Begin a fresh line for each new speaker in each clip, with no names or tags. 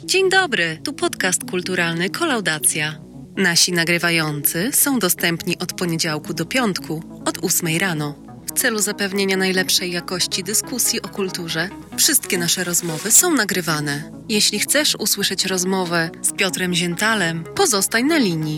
Dzień dobry, tu podcast kulturalny Kolaudacja. Nasi nagrywający są dostępni od poniedziałku do piątku, od 8 rano. W celu zapewnienia najlepszej jakości dyskusji o kulturze, wszystkie nasze rozmowy są nagrywane. Jeśli chcesz usłyszeć rozmowę z Piotrem Ziętalem, pozostań na linii.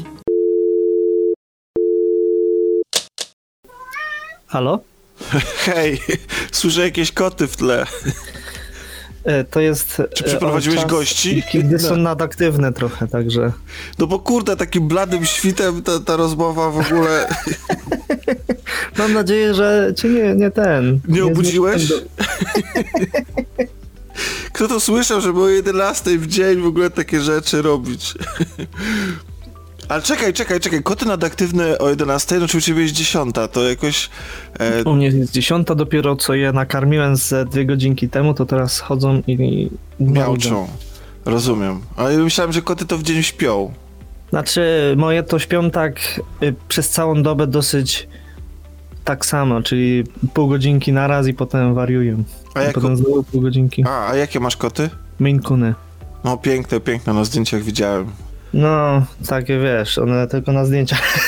Halo?
Hej, słyszę jakieś koty w tle.
To jest...
Czy przyprowadziłeś gości?
Kiedy są nadaktywne trochę, także...
No bo kurde, takim bladym świtem ta rozmowa w ogóle...
Mam nadzieję, że cię
Nie obudziłeś? Kto to słyszał, żeby o 11 w dzień w ogóle takie rzeczy robić? Ale czekaj, koty nadaktywne o 11, no czy u ciebie jest 10, to jakoś...
U mnie jest 10, dopiero co je nakarmiłem ze 2 godzinki temu, to teraz chodzą i
miauczą. Rozumiem. Ale ja myślałem, że koty to w dzień śpią.
Znaczy, moje to śpią tak przez całą dobę dosyć tak samo, czyli pół godzinki na raz i potem wariują. Potem znowu pół godzinki.
A jakie masz koty?
Maine Coony. No
piękne, na zdjęciach widziałem.
No, takie wiesz, one tylko na zdjęciach.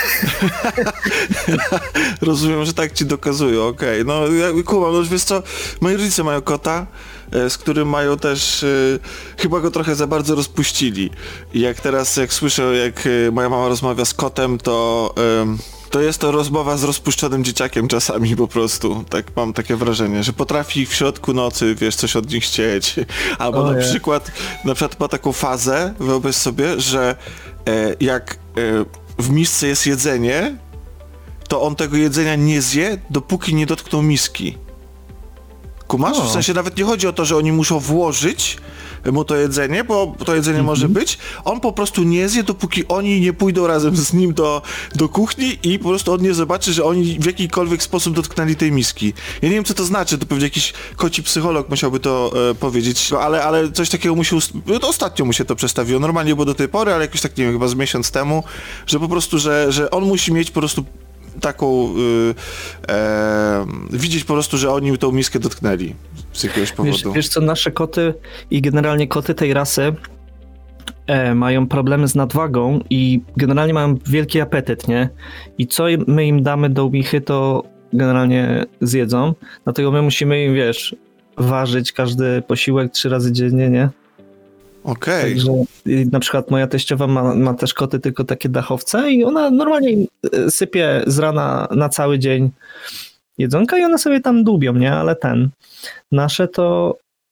Rozumiem, że tak ci dokazują, okej. No, ja kumam, no wiesz co, moi rodzice mają kota, z którym mają też, chyba go trochę za bardzo rozpuścili. I jak słyszę, jak moja mama rozmawia z kotem, to jest to rozmowa z rozpuszczonym dzieciakiem czasami po prostu. Tak mam takie wrażenie, że potrafi w środku nocy, wiesz, coś od nich chcieć. Albo na przykład ma taką fazę, wyobraź sobie, że jak w misce jest jedzenie, to on tego jedzenia nie zje, dopóki nie dotkną miski. Kumasz? W sensie nawet nie chodzi o to, że oni muszą włożyć mu to jedzenie, bo to jedzenie może być. On po prostu nie zje, dopóki oni nie pójdą razem z nim do kuchni i po prostu on nie zobaczy, że oni w jakikolwiek sposób dotknęli tej miski. Ja nie wiem, co to znaczy, to pewnie jakiś koci psycholog musiałby to powiedzieć, ale coś takiego ostatnio mu się to przestawiło. Normalnie było do tej pory, ale jakoś tak, nie wiem, chyba z miesiąc temu, że po prostu, że on musi mieć po prostu taką widzieć po prostu, że oni tą miskę dotknęli z jakiegoś powodu.
Wiesz co, nasze koty i generalnie koty tej rasy mają problemy z nadwagą i generalnie mają wielki apetyt, nie? I co my im damy do łbichy, to generalnie zjedzą, dlatego my musimy im, wiesz, ważyć każdy posiłek 3 razy dziennie, nie?
Okej.
Także na przykład moja teściowa ma też koty, tylko takie dachowce i ona normalnie sypie z rana na cały dzień jedzonka i one sobie tam dłubią, nie? Ale nasze to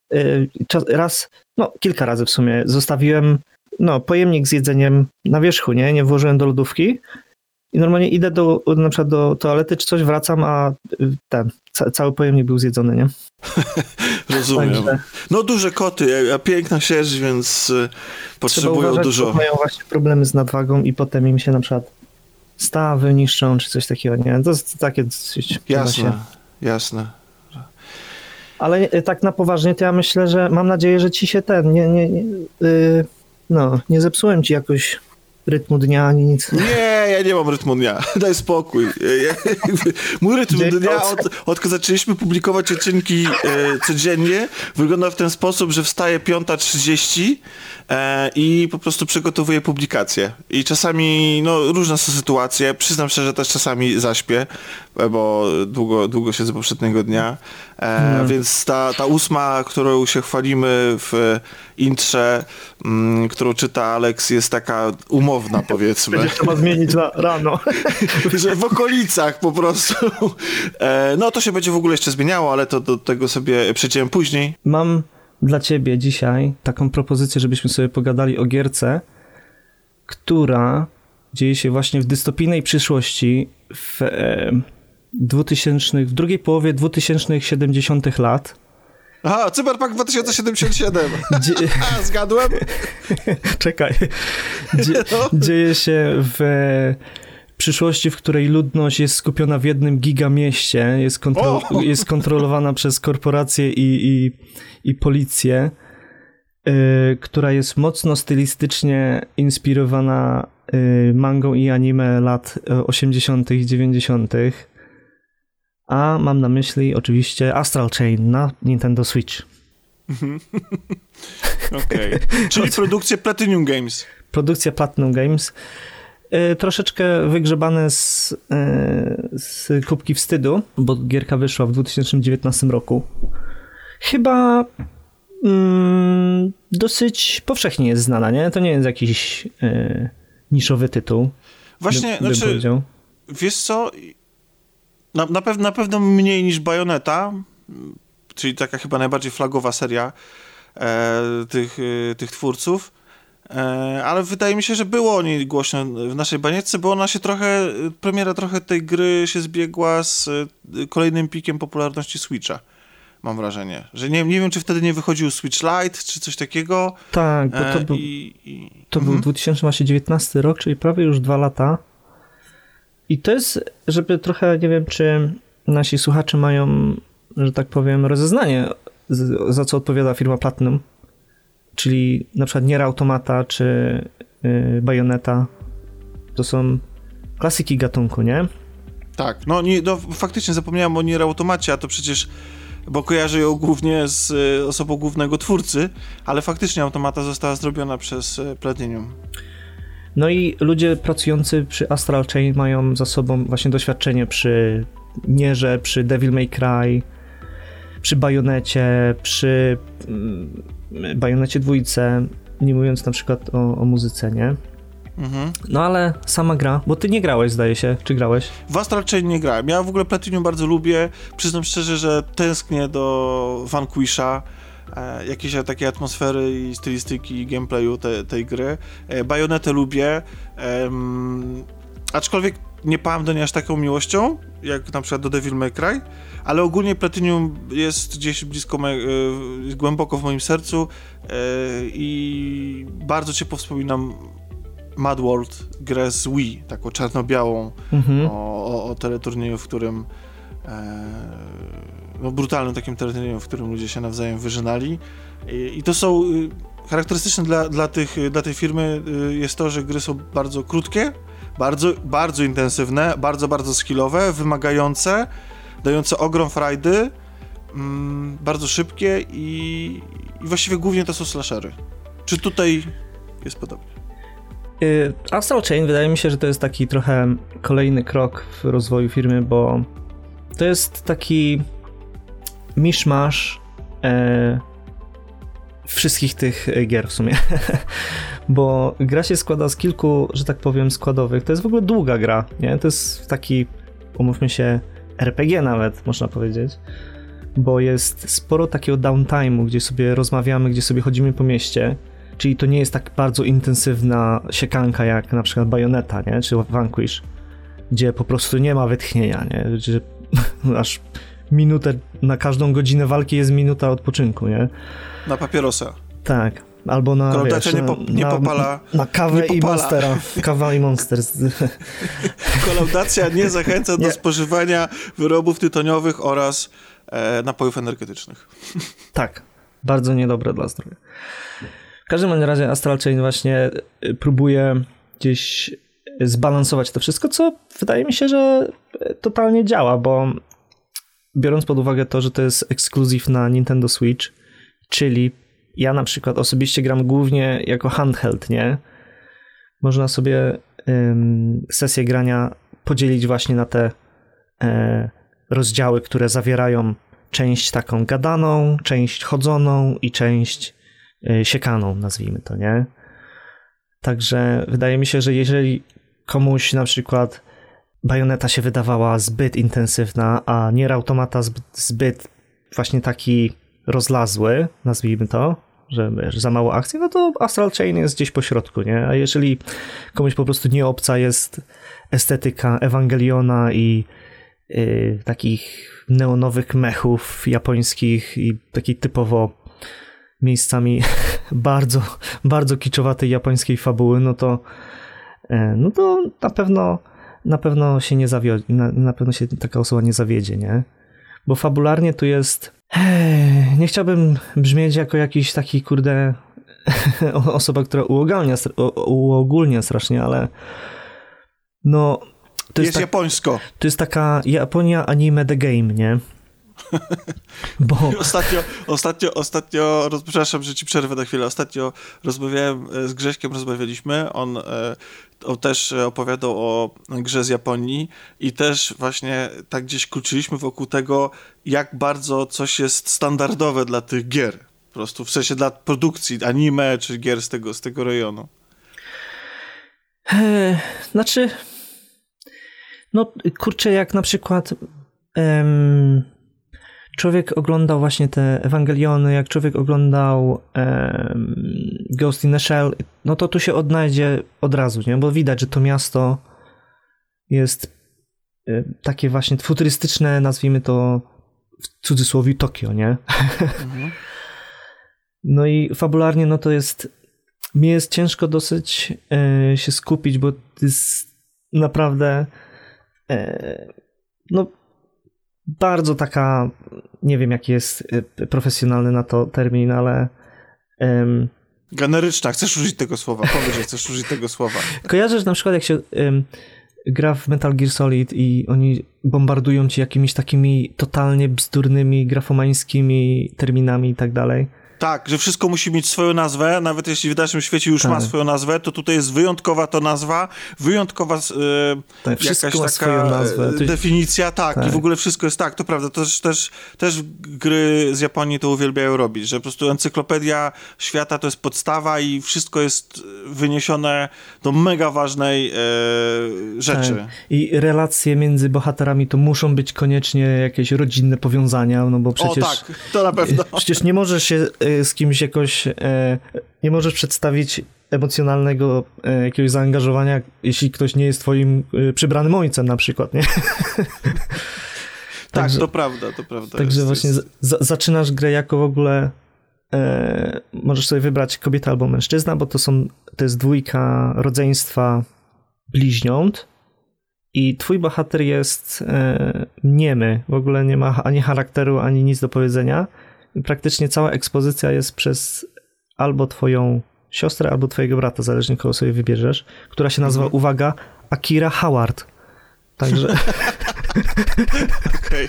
kilka razy w sumie zostawiłem pojemnik z jedzeniem na wierzchu, nie włożyłem do lodówki i normalnie idę na przykład do toalety czy coś, wracam, a cały pojemnik był zjedzony, nie?
Rozumiem. Także... No duże koty, a piękna sierść, więc potrzebują
uważać,
dużo.
Mają właśnie problemy z nadwagą i potem im się na przykład stawy niszczą, czy coś takiego, nie? To jest takie dosyć...
Jasne.
Ale tak na poważnie, to ja myślę, że mam nadzieję, że ci się nie zepsułem ci jakoś rytmu dnia, ani nic.
Nie, ja nie mam rytmu dnia. Daj spokój. Mój rytm dnia, odkąd zaczęliśmy publikować odcinki codziennie, wygląda w ten sposób, że wstaję 5:30 i po prostu przygotowuję publikację. I czasami, różne są sytuacje. Przyznam szczerze, też czasami zaśpię, bo długo siedzę poprzedniego dnia. Więc ta 8, którą się chwalimy w intrze, którą czyta Alex, jest taka umowna, powiedzmy.
Będzie trzeba zmienić na rano.
Że w okolicach po prostu. To się będzie w ogóle jeszcze zmieniało, ale to do tego sobie przejdziemy później.
Mam dla ciebie dzisiaj taką propozycję, żebyśmy sobie pogadali o gierce, która dzieje się właśnie w dystopijnej przyszłości w drugiej połowie 2070 lat.
Aha, Cyberpunk 2077. Zgadłem?
Czekaj. Dzieje się w przyszłości, w której ludność jest skupiona w jednym gigamieście, jest kontrolowana przez korporacje i policję, która jest mocno stylistycznie inspirowana mangą i anime lat 80. i 90. A mam na myśli oczywiście Astral Chain na Nintendo Switch.
Okej. Czyli produkcja Platinum Games.
Produkcja Platinum Games. Troszeczkę wygrzebane z kubki wstydu, bo gierka wyszła w 2019 roku. Chyba dosyć powszechnie jest znana, nie? To nie jest jakiś niszowy tytuł.
Właśnie,
bym powiedział.
Wiesz co, na pewno mniej niż Bayonetta, czyli taka chyba najbardziej flagowa seria tych twórców, ale wydaje mi się, że było o niej głośno w naszej banieczce, bo premiera trochę tej gry się zbiegła z kolejnym pikiem popularności Switcha. Mam wrażenie, że nie wiem, czy wtedy nie wychodził Switch Lite, czy coś takiego.
Tak, bo to był 2019 rok, czyli prawie już 2 lata. I to jest, żeby trochę, nie wiem, czy nasi słuchacze mają, że tak powiem, rozeznanie, za co odpowiada firma Platinum. Czyli na przykład Nier Automata, czy Bayonetta. To są klasyki gatunku, nie? Tak,
faktycznie zapomniałem o Nier Automacie, a to przecież, bo kojarzę ją głównie z osobą głównego twórcy, ale faktycznie Automata została zrobiona przez Platinum.
No i ludzie pracujący przy Astral Chain mają za sobą właśnie doświadczenie przy Nierze, przy Devil May Cry, przy Bayonecie, przy Bayonecie 2, nie mówiąc na przykład o muzyce, nie? No ale sama gra, bo ty nie grałeś, zdaje się, czy grałeś?
W Astral Chain nie grałem. Ja w ogóle Platinum bardzo lubię. Przyznam szczerze, że tęsknię do Vanquisha, jakiejś takiej atmosfery i stylistyki i gameplayu tej gry. Bayonetę lubię, aczkolwiek nie pałem do niej aż taką miłością, jak na przykład do Devil May Cry, ale ogólnie Platinum jest gdzieś blisko, głęboko w moim sercu i bardzo ciepło wspominam Mad World, grę z Wii, taką czarno-białą, o teleturnieju, w którym brutalnym takim teleturnieju, w którym ludzie się nawzajem wyżynali. I to są charakterystyczne dla tej firmy jest to, że gry są bardzo krótkie, bardzo, bardzo intensywne, bardzo, bardzo skillowe, wymagające, dające ogrom frajdy, bardzo szybkie i właściwie głównie to są slashery. Czy tutaj jest podobnie?
Astral Chain wydaje mi się, że to jest taki trochę kolejny krok w rozwoju firmy, bo to jest taki miszmasz wszystkich tych gier w sumie. Bo gra się składa z kilku, że tak powiem, składowych. To jest w ogóle długa gra, nie? To jest taki, umówmy się, RPG nawet, można powiedzieć. Bo jest sporo takiego downtime'u, gdzie sobie rozmawiamy, gdzie sobie chodzimy po mieście. Czyli to nie jest tak bardzo intensywna siekanka jak na przykład Bayonetta, nie? Czy Vanquish, gdzie po prostu nie ma wytchnienia, nie? Gdzie aż minutę, na każdą godzinę walki jest minuta odpoczynku, nie?
Na papierosa.
Tak, albo na,
Kolaudacja nie popala.
Na kawę i Monstera. Kawa i Monster.
Kolaudacja nie zachęca do spożywania wyrobów tytoniowych oraz napojów energetycznych.
Tak, bardzo niedobre dla zdrowia. W każdym razie Astral Chain właśnie próbuje gdzieś zbalansować to wszystko, co wydaje mi się, że totalnie działa, bo biorąc pod uwagę to, że to jest ekskluzyw na Nintendo Switch, czyli ja na przykład osobiście gram głównie jako handheld, nie? Można sobie sesję grania podzielić właśnie na te rozdziały, które zawierają część taką gadaną, część chodzoną i część siekaną, nazwijmy to, nie? Także wydaje mi się, że jeżeli komuś na przykład Bayonetta się wydawała zbyt intensywna, a Nier Automata zbyt właśnie taki rozlazły, nazwijmy to, że za mało akcji, no to Astral Chain jest gdzieś po środku, nie? A jeżeli komuś po prostu nie obca jest estetyka Ewangeliona i takich neonowych mechów japońskich i takiej typowo miejscami bardzo, bardzo kiczowatej japońskiej fabuły, no to na pewno się nie zawiedzie, na pewno się taka osoba nie zawiedzie, nie? Bo fabularnie tu jest... nie chciałbym brzmieć jako jakiś taki, kurde, osoba, która uogólnia strasznie, ale no...
To jest japońsko.
To jest taka Japonia anime the game, nie? Bo...
Ostatnio, przepraszam, że ci przerwę na chwilę, ostatnio rozmawiałem z Grześkiem, on też opowiadał o grze z Japonii i też właśnie tak gdzieś kluczyliśmy wokół tego, jak bardzo coś jest standardowe dla tych gier. Po prostu w sensie dla produkcji anime czy gier z tego rejonu.
Znaczy, no kurczę, jak na przykład człowiek oglądał właśnie te Ewangeliony, jak człowiek oglądał Ghost in the Shell, no to tu się odnajdzie od razu, nie? Bo widać, że to miasto jest takie właśnie futurystyczne, nazwijmy to w cudzysłowie Tokio, nie? Mhm. No i fabularnie, no to mi jest ciężko dosyć się skupić, bo to jest naprawdę no bardzo taka, nie wiem jaki jest profesjonalny na to termin, ale
generyczna, chcesz użyć tego słowa, powiedz, że chcesz użyć tego słowa.
Kojarzysz na przykład jak się gra w Metal Gear Solid i oni bombardują ci jakimiś takimi totalnie bzdurnymi, grafomańskimi terminami i tak dalej?
Tak, że wszystko musi mieć swoją nazwę, nawet jeśli w naszym świecie już ma swoją nazwę, to tutaj jest wyjątkowa to nazwa, wyjątkowa jakaś taka definicja, tak, i w ogóle wszystko jest tak, to prawda, też gry z Japonii to uwielbiają robić, że po prostu encyklopedia świata to jest podstawa i wszystko jest wyniesione do mega ważnej rzeczy.
Tak. I relacje między bohaterami to muszą być koniecznie jakieś rodzinne powiązania, no bo przecież...
O tak, to na pewno.
Przecież nie możesz się z kimś jakoś, nie możesz przedstawić emocjonalnego jakiegoś zaangażowania, jeśli ktoś nie jest twoim przybranym ojcem na przykład, nie?
Tak, to prawda.
Także właśnie zaczynasz grę jako w ogóle możesz sobie wybrać kobietę albo mężczyzna, bo to jest dwójka rodzeństwa bliźniąt i twój bohater jest niemy, w ogóle nie ma ani charakteru, ani nic do powiedzenia. Praktycznie cała ekspozycja jest przez albo twoją siostrę, albo twojego brata, zależnie kogo sobie wybierzesz, która się nazywa, uwaga, Akira Howard. Także...
Okej.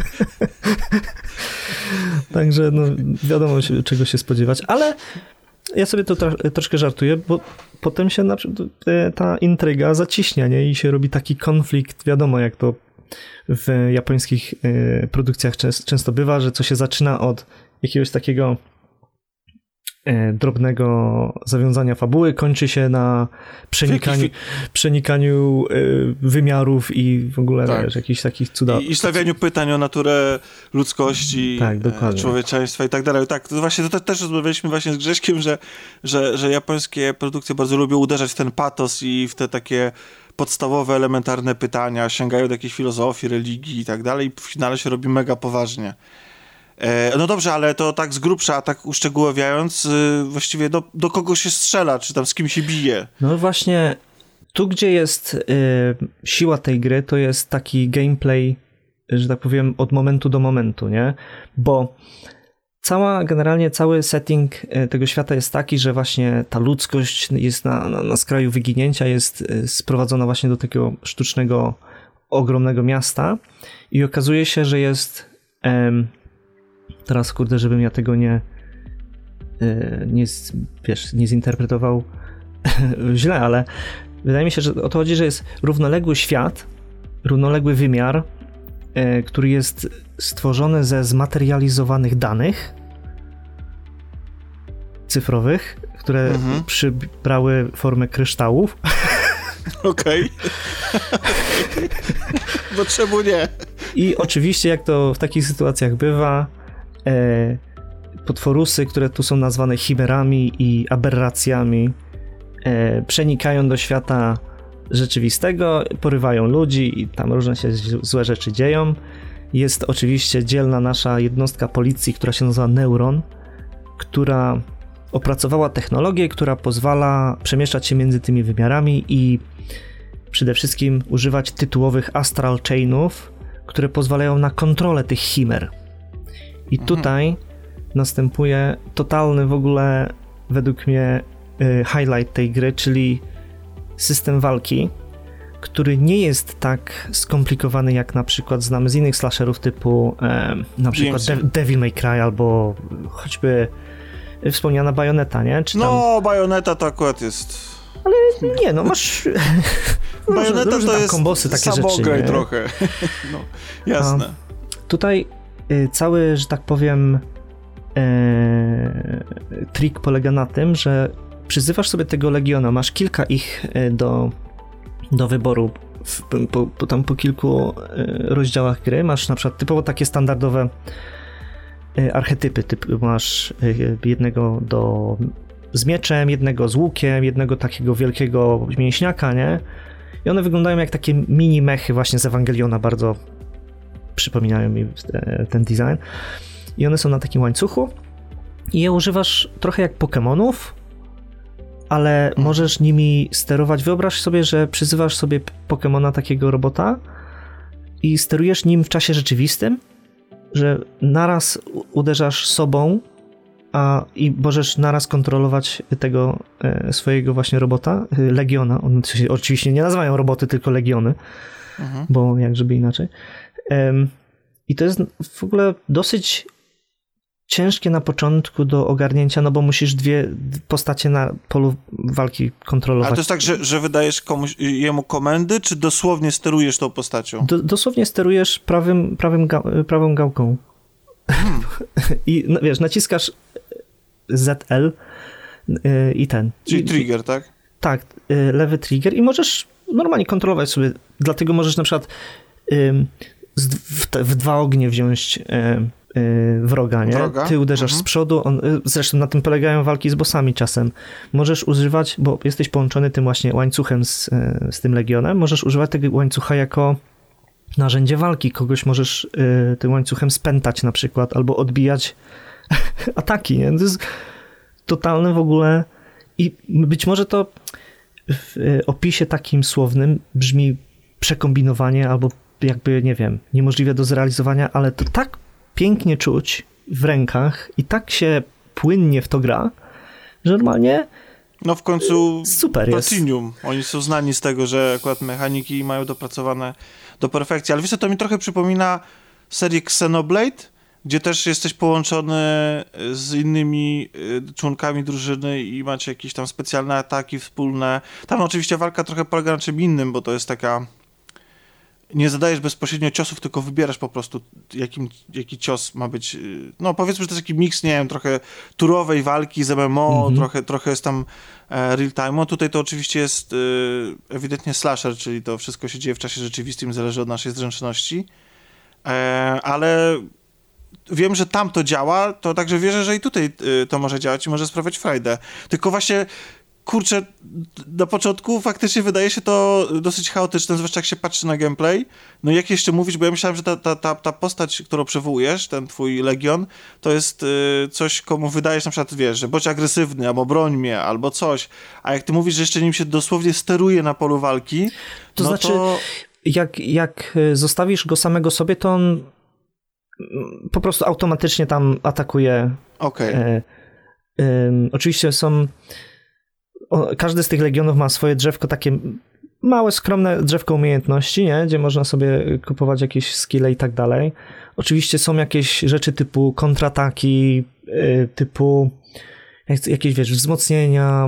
Także no, wiadomo czego się spodziewać, ale ja sobie to troszkę żartuję, bo potem się ta intryga zaciśnia, nie? I się robi taki konflikt, wiadomo jak to w japońskich produkcjach często bywa, że co się zaczyna od jakiegoś takiego drobnego zawiązania fabuły, kończy się na przenikaniu wymiarów i w ogóle wiesz, jakichś takich cudów.
I stawianiu pytań o naturę ludzkości, człowieczeństwa i tak dalej. Tak, to właśnie to też rozmawialiśmy właśnie z Grześkiem, że japońskie produkcje bardzo lubią uderzać w ten patos i w te takie podstawowe, elementarne pytania, sięgają do jakiejś filozofii, religii i tak dalej i w finale się robi mega poważnie. No dobrze, ale to tak z grubsza, a tak uszczegóławiając, właściwie do kogo się strzela, czy tam z kim się bije?
No właśnie, tu gdzie jest siła tej gry, to jest taki gameplay, że tak powiem, od momentu do momentu, nie? Bo generalnie cały setting tego świata jest taki, że właśnie ta ludzkość jest na skraju wyginięcia, jest sprowadzona właśnie do takiego sztucznego, ogromnego miasta i okazuje się, że jest... Teraz, kurde, żebym ja tego nie zinterpretował źle, ale wydaje mi się, że o to chodzi, że jest równoległy świat, równoległy wymiar, który jest stworzony ze zmaterializowanych danych cyfrowych, które przybrały formę kryształów.
Okej. Bo czemu nie?
I oczywiście, jak to w takich sytuacjach bywa, potworusy, które tu są nazwane chimerami i aberracjami, przenikają do świata rzeczywistego, porywają ludzi i tam różne się złe rzeczy dzieją. Jest oczywiście dzielna nasza jednostka policji, która się nazywa Neuron, która opracowała technologię, która pozwala przemieszczać się między tymi wymiarami i przede wszystkim używać tytułowych astral chainów, które pozwalają na kontrolę tych chimer. I tutaj następuje totalny w ogóle, według mnie, highlight tej gry, czyli system walki, który nie jest tak skomplikowany, jak na przykład znamy z innych slasherów typu na przykład Devil May Cry albo choćby wspomniana Bayonetta, nie? Czy tam...
No, Bayonetta to akurat jest...
Ale nie, no masz...
Bayonetta to jest
kombosy, takie
samograj
rzeczy,
trochę. No, jasne.
Tutaj cały, że tak powiem, trik polega na tym, że przyzywasz sobie tego Legiona, masz kilka ich do wyboru po kilku rozdziałach gry. Masz na przykład typowo takie standardowe archetypy, masz jednego z mieczem, jednego z łukiem, jednego takiego wielkiego mięśniaka, nie? I one wyglądają jak takie mini mechy właśnie z Ewangeliona, bardzo przypominają mi ten design. I one są na takim łańcuchu i je używasz trochę jak Pokemonów, ale możesz nimi sterować. Wyobraź sobie, że przyzywasz sobie Pokemona, takiego robota i sterujesz nim w czasie rzeczywistym, że naraz uderzasz sobą i możesz naraz kontrolować tego swojego właśnie robota, Legiona. One się oczywiście nie nazywają roboty, tylko Legiony, bo jak żeby inaczej. I to jest w ogóle dosyć ciężkie na początku do ogarnięcia, no bo musisz dwie postacie na polu walki kontrolować.
Ale to jest tak, że wydajesz jemu komendy, czy dosłownie sterujesz tą postacią?
Dosłownie sterujesz prawą gałką. I no, wiesz, naciskasz ZL i ten.
Czyli trigger, tak?
Tak, lewy trigger i możesz normalnie kontrolować sobie, dlatego możesz na przykład w dwa ognie wziąć wroga, nie? Ty uderzasz z przodu, zresztą na tym polegają walki z bossami czasem. Możesz używać, bo jesteś połączony tym właśnie łańcuchem z tym Legionem, możesz używać tego łańcucha jako narzędzie walki. Kogoś możesz tym łańcuchem spętać na przykład, albo odbijać ataki, nie? To jest totalne w ogóle i być może to w opisie takim słownym brzmi przekombinowanie, albo jakby, nie wiem, niemożliwe do zrealizowania, ale to tak pięknie czuć w rękach i tak się płynnie w to gra, że normalnie
no w końcu
super
Platinum.
jest.
Oni są znani z tego, że akurat mechaniki mają dopracowane do perfekcji. Ale wiesz co, to mi trochę przypomina serię Xenoblade, gdzie też jesteś połączony z innymi członkami drużyny i macie jakieś tam specjalne ataki wspólne. Tam oczywiście walka trochę polega na czym innym, bo to jest taka... Nie zadajesz bezpośrednio ciosów, tylko wybierasz po prostu, jaki cios ma być. No powiedzmy, że to jest taki miks, nie wiem, trochę turowej walki z MMO, trochę jest tam real time. Tutaj to oczywiście jest ewidentnie slasher, czyli to wszystko się dzieje w czasie rzeczywistym, zależy od naszej zręczności. Ale wiem, że tam to działa, to także wierzę, że i tutaj to może działać i może sprawiać frajdę. Tylko właśnie kurczę, na początku faktycznie wydaje się to dosyć chaotyczne, zwłaszcza jak się patrzy na gameplay. No jak jeszcze mówić, bo ja myślałem, że ta postać, którą przywołujesz, ten twój Legion, to jest coś, komu wydajesz na przykład, wiesz, że bądź agresywny, albo broń mnie, albo coś. A jak ty mówisz, że jeszcze nim się dosłownie steruje na polu walki,
to znaczy, jak zostawisz go samego sobie, to on po prostu automatycznie tam atakuje.
Okej.
Oczywiście każdy z tych legionów ma swoje drzewko, takie małe, skromne drzewko umiejętności, nie? Gdzie można sobie kupować jakieś skille i tak dalej. Oczywiście są jakieś rzeczy typu kontrataki, typu jakieś, wiesz, wzmocnienia,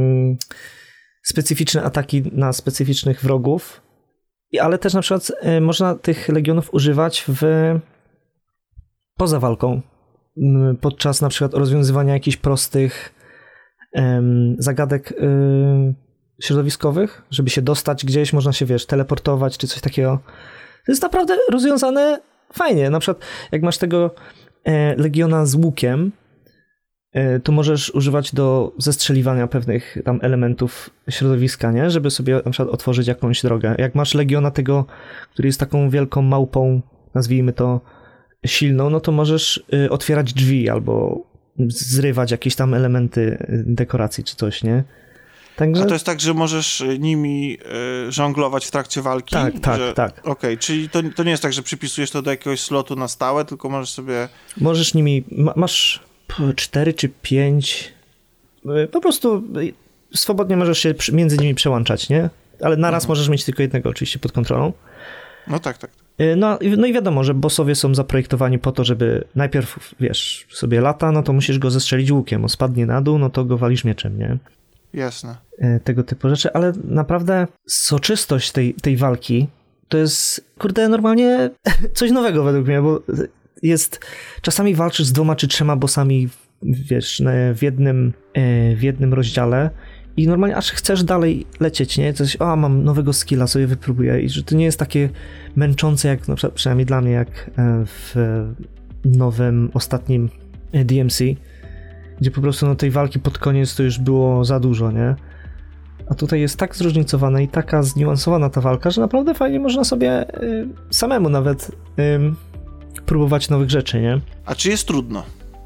specyficzne ataki na specyficznych wrogów, ale też na przykład można tych legionów używać poza walką, podczas na przykład rozwiązywania jakichś prostych zagadek środowiskowych, żeby się dostać gdzieś, można się, wiesz, teleportować czy coś takiego. To jest naprawdę rozwiązane fajnie. Na przykład jak masz tego Legiona z łukiem, to możesz używać do zestrzeliwania pewnych tam elementów środowiska, nie? Żeby sobie na przykład otworzyć jakąś drogę. Jak masz Legiona tego, który jest taką wielką małpą, nazwijmy to silną, no to możesz otwierać drzwi albo zrywać jakieś tam elementy dekoracji czy coś, nie? Także...
A to jest tak, że możesz nimi żonglować w trakcie walki?
Tak.
Okej, czyli to nie jest tak, że przypisujesz to do jakiegoś slotu na stałe, tylko możesz sobie...
Możesz nimi... Masz 4 czy 5... Po prostu swobodnie możesz się między nimi przełączać, nie? Ale naraz możesz mieć tylko jednego oczywiście pod kontrolą.
No tak.
No i wiadomo, że bossowie są zaprojektowani po to, żeby najpierw, wiesz, sobie lata, no to musisz go zestrzelić łukiem, on spadnie na dół, no to go walisz mieczem, nie?
Jasne.
Tego typu rzeczy, ale naprawdę soczystość tej walki to jest, kurde, normalnie coś nowego według mnie, bo czasami walczysz z 2 czy 3 bossami, wiesz, w jednym rozdziale i normalnie aż chcesz dalej lecieć, nie? Coś, mam nowego skilla, sobie wypróbuję i że to nie jest takie męczące jak, no, przynajmniej dla mnie, jak w nowym, ostatnim DMC, gdzie po prostu no, tej walki pod koniec to już było za dużo, nie? A tutaj jest tak zróżnicowana i taka zniuansowana ta walka, że naprawdę fajnie można sobie samemu nawet próbować nowych rzeczy, nie?
A czy jest trudno?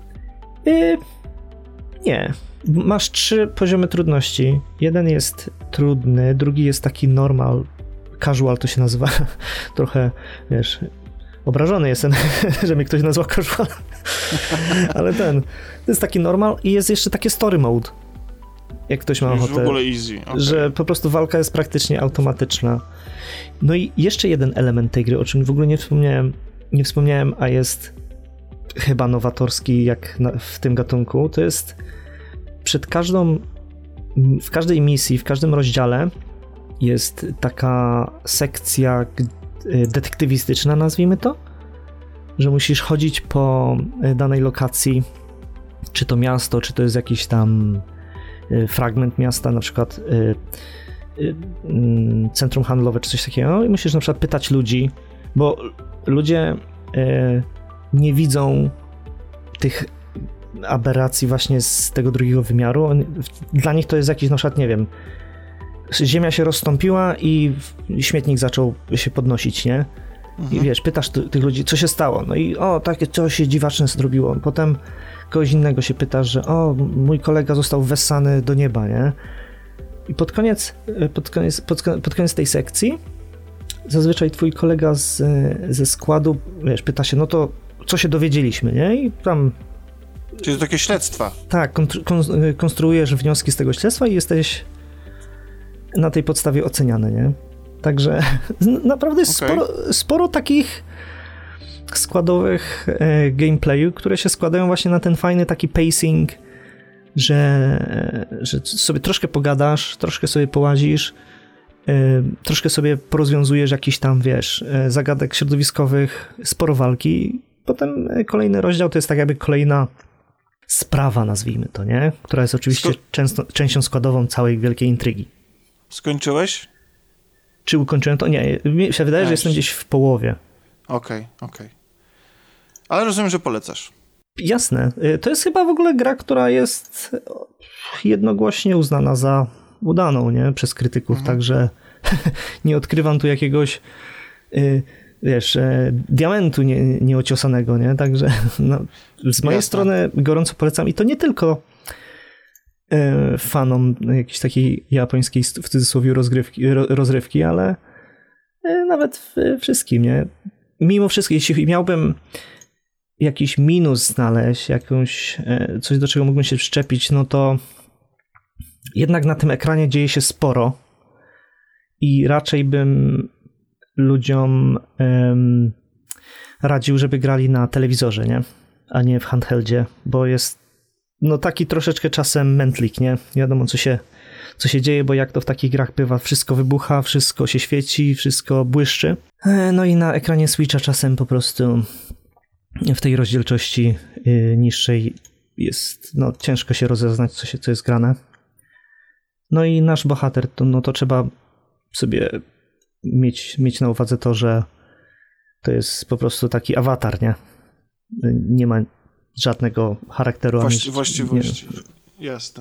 Nie. Masz 3 poziomy trudności. Jeden jest trudny, drugi jest taki normal, casual to się nazywa. Trochę, wiesz, obrażony jestem, że mnie ktoś nazwał casual. Ale to jest taki normal i jest jeszcze takie story mode. Jak ktoś ma ochotę.
W ogóle easy. Okay.
Że po prostu walka jest praktycznie automatyczna. No i jeszcze jeden element tej gry, o czym w ogóle nie wspomniałem, a jest chyba nowatorski jak w tym gatunku, to jest w każdej misji, w każdym rozdziale jest taka sekcja detektywistyczna, nazwijmy to, że musisz chodzić po danej lokacji, czy to miasto, czy to jest jakiś tam fragment miasta, na przykład centrum handlowe, czy coś takiego, i musisz na przykład pytać ludzi, bo ludzie nie widzą tych aberracji właśnie z tego drugiego wymiaru. Dla nich to jest jakiś, na przykład, nie wiem, ziemia się rozstąpiła i śmietnik zaczął się podnosić, nie? I wiesz, pytasz tych ludzi, co się stało? No i takie coś się dziwaczne zrobiło. Potem kogoś innego się pytasz, że mój kolega został wessany do nieba, nie? I pod koniec tej sekcji zazwyczaj twój kolega ze składu, wiesz, pyta się, no to co się dowiedzieliśmy, nie? I tam...
Czyli to takie śledztwa.
Tak, konstruujesz wnioski z tego śledztwa i jesteś na tej podstawie oceniany, nie? Także naprawdę jest sporo takich składowych gameplayu, które się składają właśnie na ten fajny taki pacing, że sobie troszkę pogadasz, troszkę sobie połazisz, troszkę sobie porozwiązujesz jakiś tam, wiesz, zagadek środowiskowych, sporo walki. Potem kolejny rozdział to jest tak jakby kolejna sprawa, nazwijmy to, nie? Która jest oczywiście częścią składową całej wielkiej intrygi.
Skończyłeś?
Czy ukończyłem to? Nie, mi się wydaje, że jestem gdzieś w połowie.
Okej. Ale rozumiem, że polecasz.
Jasne. To jest chyba w ogóle gra, która jest jednogłośnie uznana za udaną, nie? Przez krytyków, także nie odkrywam tu jakiegoś wiesz, diamentu nieociosanego, nie? Także no, z mojej strony gorąco polecam i to nie tylko fanom jakiejś takiej japońskiej, w cudzysłowie, rozrywki, ale nawet wszystkim, nie? Mimo wszystko, jeśli miałbym jakiś minus znaleźć, coś, do czego mógłbym się przyczepić, no to jednak na tym ekranie dzieje się sporo i raczej bym ludziom radził, żeby grali na telewizorze, nie? A nie w handheldzie, bo jest no taki troszeczkę czasem mętlik, nie? Nie wiadomo, co się dzieje, bo jak to w takich grach bywa, wszystko wybucha, wszystko się świeci, wszystko błyszczy. No i na ekranie Switcha czasem po prostu w tej rozdzielczości niższej jest, no ciężko się rozeznać, co jest grane. No i nasz bohater, to trzeba sobie mieć na uwadze to, że to jest po prostu taki awatar, nie? Nie ma żadnego charakteru.
Właściwości. Jasne.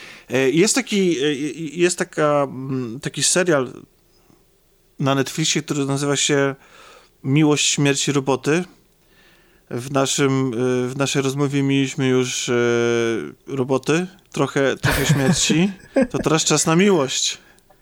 Jest taki serial na Netflixie, który nazywa się Miłość, śmierć i roboty. W naszej rozmowie mieliśmy już roboty, trochę śmierci, to teraz czas na miłość.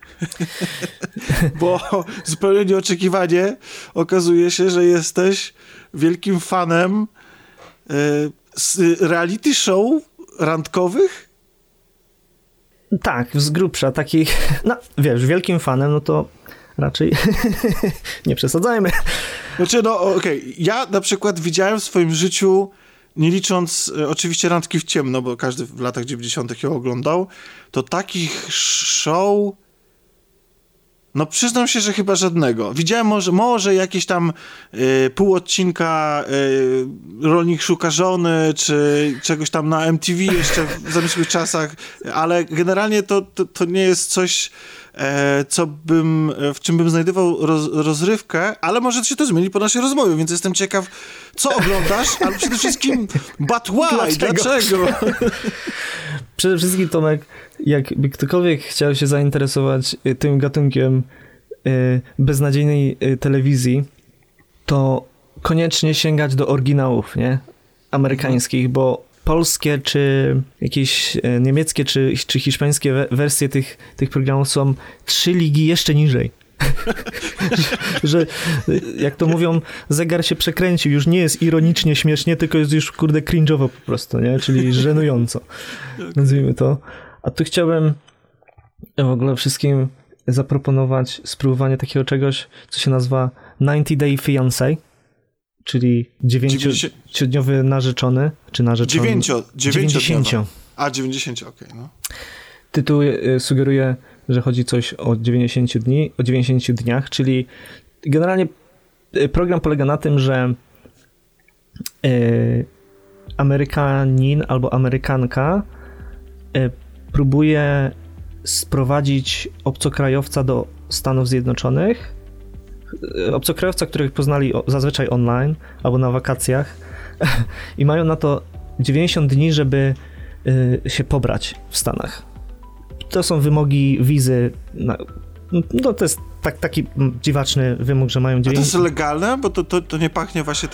Bo zupełnie nieoczekiwanie okazuje się, że jesteś wielkim fanem reality show randkowych?
Tak, z grubsza takich, no wiesz, wielkim fanem, no to raczej nie przesadzajmy.
Znaczy, no okej. Ja na przykład widziałem w swoim życiu, nie licząc oczywiście Randki w ciemno, bo każdy w latach 90. ją oglądał, to takich show... No przyznam się, że chyba żadnego. Widziałem może jakieś tam pół odcinka Rolnik szuka żony, czy czegoś tam na MTV jeszcze w zamierzchłych czasach, ale generalnie to nie jest coś, w czym bym znajdował rozrywkę, ale może się to zmieni po naszej rozmowie, więc jestem ciekaw, co oglądasz, ale przede wszystkim but why? Dlaczego?
Przede wszystkim, Tomek, jakby ktokolwiek chciał się zainteresować tym gatunkiem beznadziejnej telewizji, to koniecznie sięgać do oryginałów, nie? Amerykańskich, bo polskie, czy jakieś niemieckie, czy hiszpańskie wersje tych programów są 3 ligi jeszcze niżej. że jak to mówią, zegar się przekręcił, już nie jest ironicznie śmiesznie, tylko jest już kurde cringe'owo po prostu, nie? Czyli żenująco, nazwijmy to. A tu chciałbym w ogóle wszystkim zaproponować spróbowanie takiego czegoś, co się nazywa 90 Day Fiancé, czyli 9-dniowy narzeczony, czy narzeczony.
90. A, 90, okej, no.
Tytuł sugeruje, że chodzi coś o 90 dni, o 90 dniach, czyli generalnie program polega na tym, że Amerykanin albo Amerykanka próbuje sprowadzić obcokrajowca do Stanów Zjednoczonych. Obcokrajowca, których poznali zazwyczaj online albo na wakacjach i mają na to 90 dni, żeby się pobrać w Stanach. To są wymogi wizy. No to jest taki dziwaczny wymóg, że mają 90...
A to jest legalne? Bo to nie pachnie właśnie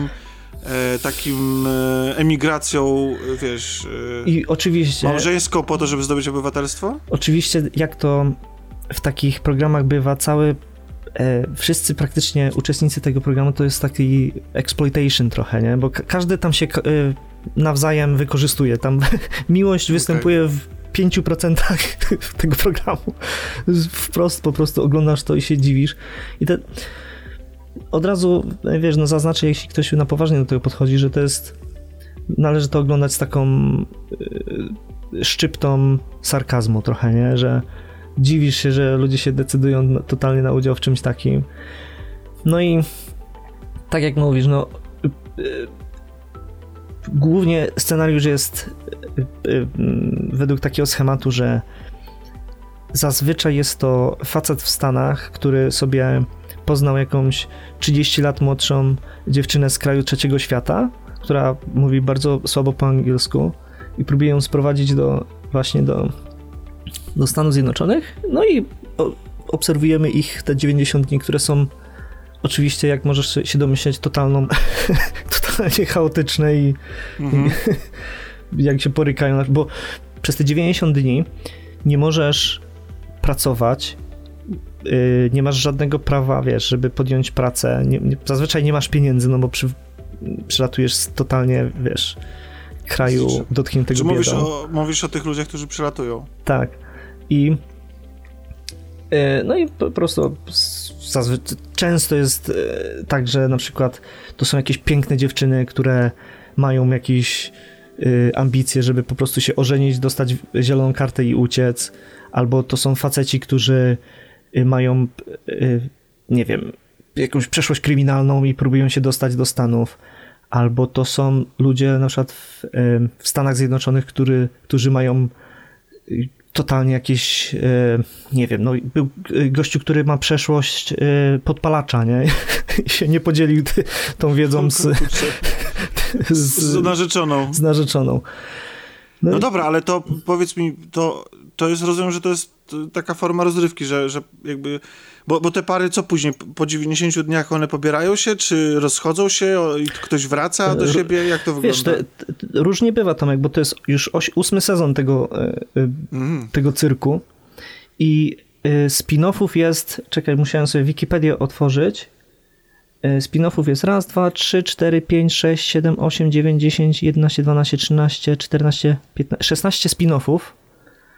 takim emigracją, wiesz...
I oczywiście...
Małżeńską po to, żeby zdobyć obywatelstwo?
Oczywiście, jak to w takich programach bywa, wszyscy praktycznie uczestnicy tego programu to jest taki exploitation trochę, nie? Bo każdy tam się nawzajem wykorzystuje. Tam miłość występuje w 5% tego programu. Wprost po prostu oglądasz to i się dziwisz. I od razu, wiesz, no zaznaczę, jeśli ktoś na poważnie do tego podchodzi, że należy to oglądać z taką szczyptą sarkazmu trochę, nie? Że dziwisz się, że ludzie się decydują totalnie na udział w czymś takim. No i tak jak mówisz, no głównie scenariusz jest według takiego schematu, że zazwyczaj jest to facet w Stanach, który sobie poznał jakąś 30 lat młodszą dziewczynę z kraju trzeciego świata, która mówi bardzo słabo po angielsku i próbuje ją sprowadzić właśnie do Stanów Zjednoczonych. No i obserwujemy ich te 90 dni, które są oczywiście, jak możesz się domyśleć, totalnie chaotyczne i jak się porykają, bo przez te 90 dni nie możesz pracować, nie masz żadnego prawa, wiesz, żeby podjąć pracę, zazwyczaj nie masz pieniędzy, no bo przylatujesz z totalnie, wiesz, kraju dotkniętego biedą.
Mówisz o tych ludziach, którzy przylatują.
Tak. No i po prostu często jest tak, że na przykład to są jakieś piękne dziewczyny, które mają jakieś ambicje, żeby po prostu się ożenić, dostać zieloną kartę i uciec, albo to są faceci, którzy mają, nie wiem, jakąś przeszłość kryminalną i próbują się dostać do Stanów, albo to są ludzie na przykład w Stanach Zjednoczonych, którzy mają totalnie jakieś, nie wiem, no był gościu, który ma przeszłość podpalacza, nie? I się nie podzielił tą wiedzą
z narzeczoną.
Z narzeczoną.
No dobra, ale to powiedz mi, to jest, rozumiem, że to jest taka forma rozrywki, że jakby, bo te pary co później, po 90 dniach one pobierają się, czy rozchodzą się i ktoś wraca do siebie? Jak to wygląda?
Wiesz, różnie bywa, Tomek, bo to jest już 8 sezon tego cyrku i spin-offów jest, czekaj, musiałem sobie Wikipedię otworzyć. Spin-offów jest 1, 2, 3, 4, 5, 6, 7, 8, 9, 10, 11, 12, 13, 14, 15, 16 spin-offów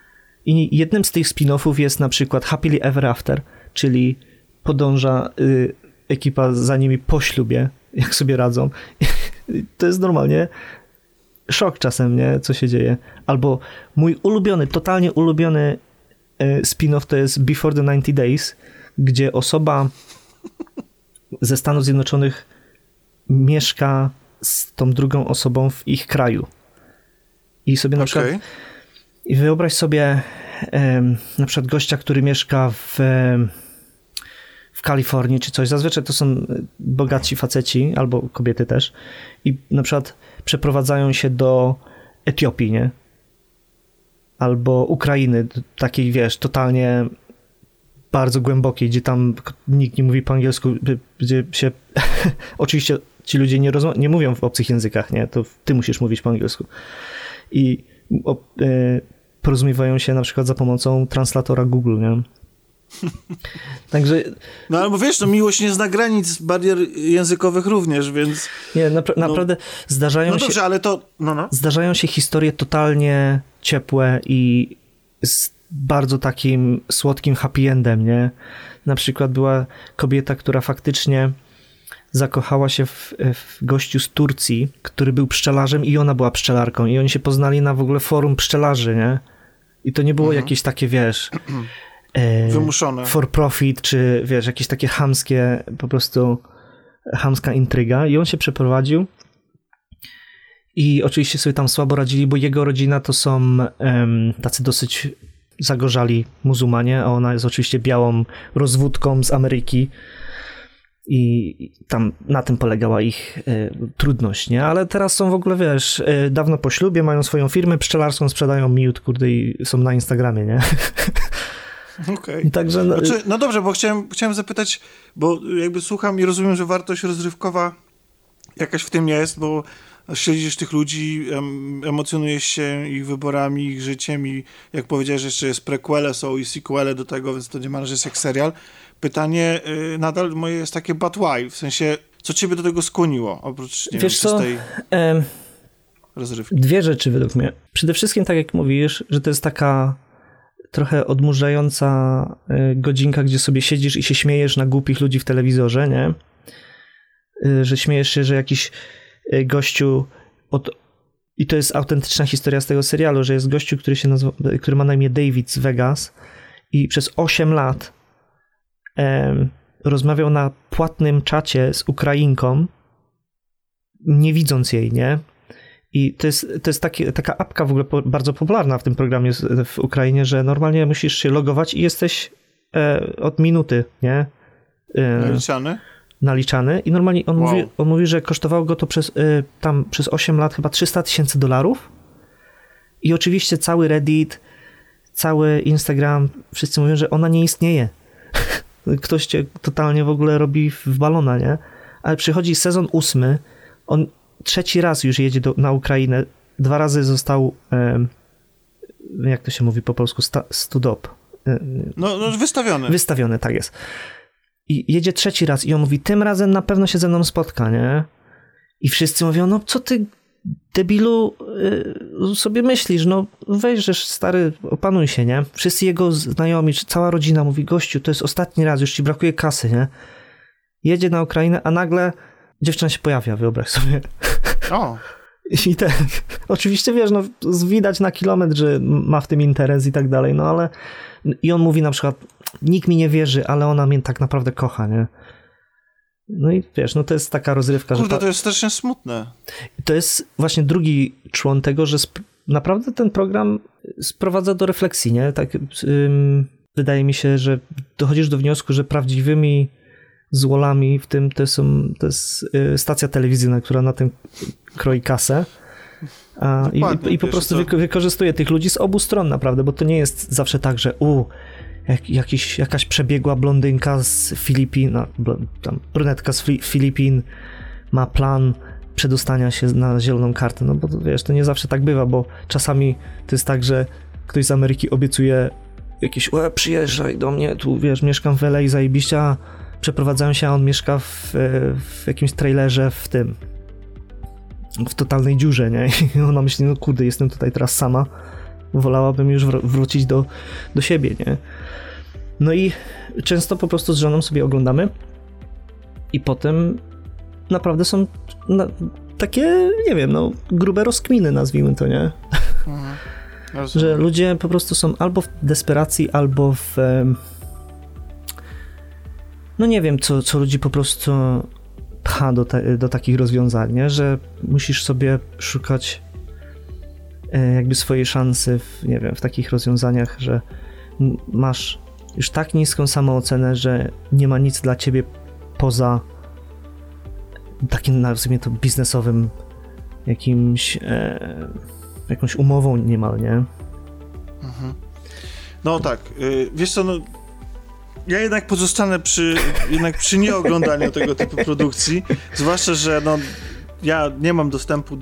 I jednym z tych spin-offów jest na przykład Happily Ever After, czyli podąża ekipa za nimi po ślubie, jak sobie radzą. To jest normalnie szok czasem, nie? Co się dzieje. Albo mój ulubiony, totalnie ulubiony spin-off to jest Before the 90 Days, gdzie osoba ze Stanów Zjednoczonych mieszka z tą drugą osobą w ich kraju. I sobie na przykład... I wyobraź sobie na przykład gościa, który mieszka w Kalifornii czy coś. Zazwyczaj to są bogaci faceci, albo kobiety też. I na przykład przeprowadzają się do Etiopii, nie? Albo Ukrainy, takiej, wiesz, totalnie bardzo głębokiej, gdzie tam nikt nie mówi po angielsku, gdzie się... Oczywiście ci ludzie nie mówią w obcych językach, nie? To ty musisz mówić po angielsku. I porozumiewają się na przykład za pomocą translatora Google, nie? Także...
No albo wiesz, no miłość nie zna granic, barier językowych również, więc...
Nie, naprawdę zdarzają się...
No dobrze, ale to... No.
Zdarzają się historie totalnie ciepłe i z bardzo takim słodkim happy endem, nie? Na przykład była kobieta, która faktycznie zakochała się w gościu z Turcji, który był pszczelarzem i ona była pszczelarką i oni się poznali na w ogóle forum pszczelarzy, nie? I to nie było jakieś takie, wiesz...
wymuszone.
For profit, czy wiesz, jakieś takie chamskie, po prostu chamska intryga. I on się przeprowadził i oczywiście sobie tam słabo radzili, bo jego rodzina to są tacy dosyć zagorzali muzułmanie, a ona jest oczywiście białą rozwódką z Ameryki i tam na tym polegała ich trudność, nie? Ale teraz są w ogóle, wiesz, dawno po ślubie, mają swoją firmę pszczelarską, sprzedają miód, kurde, i są na Instagramie, nie?
Okej.
Także
no dobrze, bo chciałem zapytać, bo jakby słucham i rozumiem, że wartość rozrywkowa jakaś w tym jest, bo śledzisz tych ludzi, emocjonujesz się ich wyborami, ich życiem i jak powiedziałeś, jeszcze jest prequele są i sequele do tego, więc to niemalże jest jak serial. Pytanie nadal moje jest takie, but why? W sensie, co ciebie do tego skłoniło, oprócz, nie wiem, czystej rozrywki?
Dwie rzeczy według mnie. Przede wszystkim, tak jak mówisz, że to jest taka trochę odmurzająca godzinka, gdzie sobie siedzisz i się śmiejesz na głupich ludzi w telewizorze, nie? Że śmiejesz się, że jakiś gościu i to jest autentyczna historia z tego serialu, że jest gościu, który ma na imię David z Vegas i przez 8 lat rozmawiał na płatnym czacie z Ukrainką, nie widząc jej, nie? I to jest taka apka w ogóle bardzo popularna w tym programie w Ukrainie, że normalnie musisz się logować i jesteś od minuty, nie? Naliczany. I normalnie on mówi, że kosztowało go to przez 8 lat chyba $300,000. I oczywiście cały Reddit, cały Instagram, wszyscy mówią, że ona nie istnieje. Ktoś cię totalnie w ogóle robi w balona, nie? Ale przychodzi sezon 8, on 3. raz już jedzie na Ukrainę, 2 razy został, jak to się mówi po polsku, stood up.
No wystawiony.
Wystawiony, tak jest. I jedzie 3. raz i on mówi, tym razem na pewno się ze mną spotka, nie? I wszyscy mówią, no co ty, debilu, sobie myślisz, no weź, stary, opanuj się, nie? Wszyscy jego znajomi, cała rodzina mówi, gościu, to jest ostatni raz, już ci brakuje kasy, nie? Jedzie na Ukrainę, a nagle dziewczyna się pojawia, wyobraź sobie.
O.
I oczywiście wiesz, no widać na kilometr, że ma w tym interes i tak dalej, no ale i on mówi na przykład, nikt mi nie wierzy, ale ona mnie tak naprawdę kocha, nie? No i wiesz, no to jest taka rozrywka,
kurde,
że...
to jest strasznie smutne.
To jest właśnie drugi człon tego, że naprawdę ten program sprowadza do refleksji, nie? Tak, wydaje mi się, że dochodzisz do wniosku, że prawdziwymi złolami w tym to jest stacja telewizyjna, która na tym kroi kasę. I po prostu wykorzystuje tych ludzi z obu stron naprawdę, bo to nie jest zawsze tak, że jakaś przebiegła blondynka z Filipin, brunetka z Filipin ma plan przedostania się na zieloną kartę, no bo wiesz, to nie zawsze tak bywa, bo czasami to jest tak, że ktoś z Ameryki obiecuje jakieś, przyjeżdżaj do mnie, tu wiesz, mieszkam w LA zajebiście, a przeprowadzają się, a on mieszka w jakimś trailerze w totalnej dziurze, nie? I ona myśli, no kurde, jestem tutaj teraz sama wolałabym już wrócić do siebie, nie? No i często po prostu z żoną sobie oglądamy i potem naprawdę są takie, nie wiem, no grube rozkminy, nazwijmy to, nie? Że ludzie po prostu są albo w desperacji, albo w... No nie wiem, co ludzi po prostu pcha do takich rozwiązań, nie? Że musisz sobie szukać jakby swojej szansy nie wiem, w takich rozwiązaniach, że masz już tak niską samoocenę, że nie ma nic dla ciebie poza takim, nazwijmy to, biznesowym jakąś umową niemal, nie?
Mhm. No tak, wiesz co, no ja jednak pozostanę przy nieoglądaniu tego typu produkcji, zwłaszcza, że no ja nie mam dostępu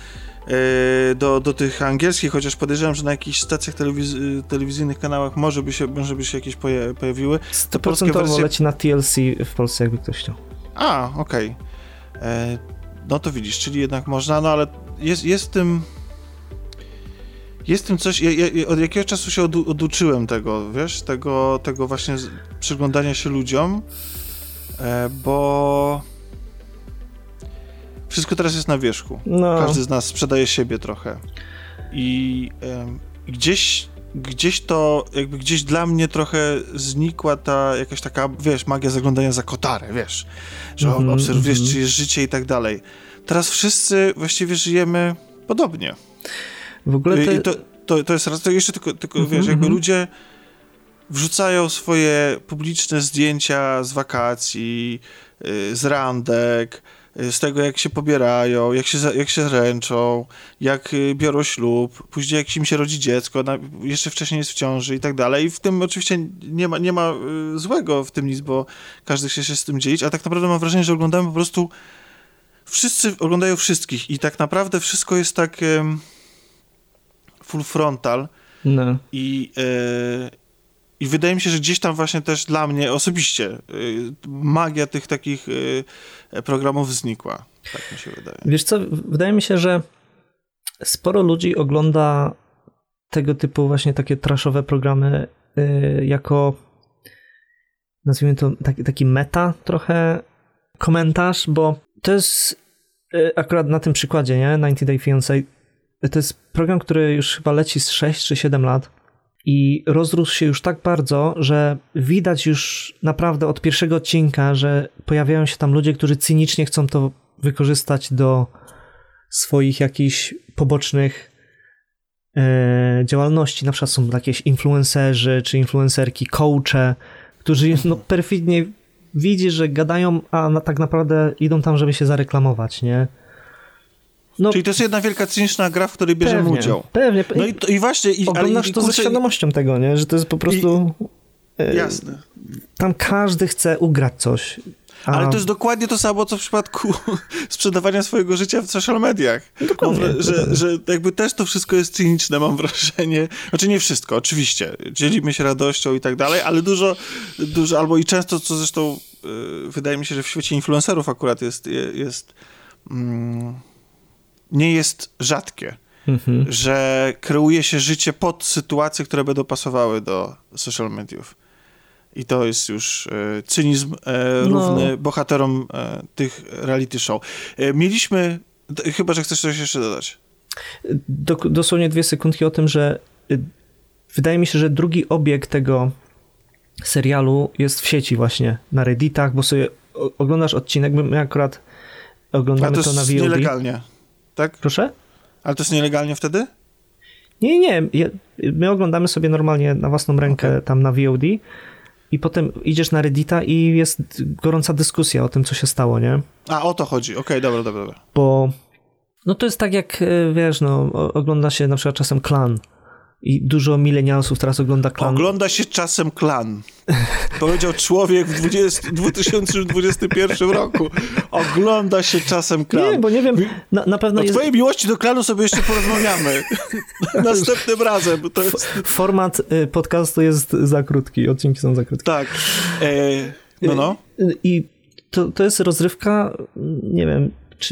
do tych angielskich, chociaż podejrzewam, że na jakichś stacjach telewizyjnych kanałach może by się jakieś pojawiły.
100% wersje... leci na TLC w Polsce, jakby ktoś chciał.
A, okej. No to widzisz, czyli jednak można, no ale jest w tym coś, ja od jakiegoś czasu się oduczyłem tego, wiesz, tego właśnie przyglądania się ludziom, bo wszystko teraz jest na wierzchu. No. Każdy z nas sprzedaje siebie trochę. I gdzieś to, jakby gdzieś dla mnie trochę znikła ta jakaś taka, wiesz, magia zaglądania za kotarę, wiesz, że obserwujesz czyjeś życie i tak dalej. Teraz wszyscy właściwie żyjemy podobnie.
W ogóle
to jest raz, to jeszcze tylko wiesz, jakby ludzie wrzucają swoje publiczne zdjęcia z wakacji, z randek, z tego, jak się pobierają, jak się ręczą, jak biorą ślub, później jak im się rodzi dziecko, jeszcze wcześniej jest w ciąży i tak dalej. I w tym oczywiście nie ma złego w tym nic, bo każdy chce się z tym dzielić, a tak naprawdę mam wrażenie, że oglądamy po prostu, wszyscy oglądają wszystkich i tak naprawdę wszystko jest tak full frontal. No. I wydaje mi się, że gdzieś tam właśnie też dla mnie osobiście magia tych takich programów znikła. Tak mi się wydaje.
Wiesz co, wydaje mi się, że sporo ludzi ogląda tego typu właśnie takie trashowe programy jako, nazwijmy to, taki meta trochę komentarz, bo to jest akurat na tym przykładzie, nie? 90 Day Fiancé, to jest program, który już chyba leci z 6 czy 7 lat. I rozrósł się już tak bardzo, że widać już naprawdę od pierwszego odcinka, że pojawiają się tam ludzie, którzy cynicznie chcą to wykorzystać do swoich jakichś pobocznych działalności. Na przykład są jakieś influencerzy czy influencerki, coache, którzy no perfidnie widzisz, że gadają, a tak naprawdę idą tam, żeby się zareklamować, nie? No,
czyli to jest jedna wielka cyniczna gra, w której bierzemy udział.
Pewnie.
No i właśnie...
Oglądasz to ze świadomością tego, nie? Że to jest po prostu...
Jasne.
Tam każdy chce ugrać coś.
Ale to jest dokładnie to samo, co w przypadku sprzedawania swojego życia w social mediach.
Dokładnie.
Że jakby też to wszystko jest cyniczne, mam wrażenie. Znaczy nie wszystko, oczywiście. Dzielimy się radością i tak dalej, ale dużo, albo i często, co zresztą wydaje mi się, że w świecie influencerów akurat nie jest rzadkie, że kreuje się życie pod sytuacje, które będą pasowały do social mediów. I to jest już cynizm równy bohaterom tych reality show. Mieliśmy, chyba że chcesz coś jeszcze dodać.
Dosłownie 2 sekundki o tym, że wydaje mi się, że drugi obieg tego serialu jest w sieci właśnie, na Redditach, bo sobie oglądasz odcinek, my akurat oglądamy to na VOD.
Nielegalnie, tak?
Proszę?
Ale to jest nielegalnie wtedy?
Nie. My oglądamy sobie normalnie na własną rękę tam na VOD i potem idziesz na Reddita i jest gorąca dyskusja o tym, co się stało, nie?
A, o to chodzi. Okej, dobra.
Bo no to jest tak jak, wiesz, no ogląda się na przykład czasem Klan i dużo milenialsów teraz ogląda Klan.
Ogląda się czasem Klan. Powiedział człowiek w 2021 roku. Ogląda się czasem Klan.
Nie, bo nie wiem, na pewno
o twojej miłości do Klanu sobie jeszcze porozmawiamy. Następnym razem. Bo to jest...
Format podcastu jest za krótki, odcinki są za krótkie.
Tak. No.
I to jest rozrywka, nie wiem, czy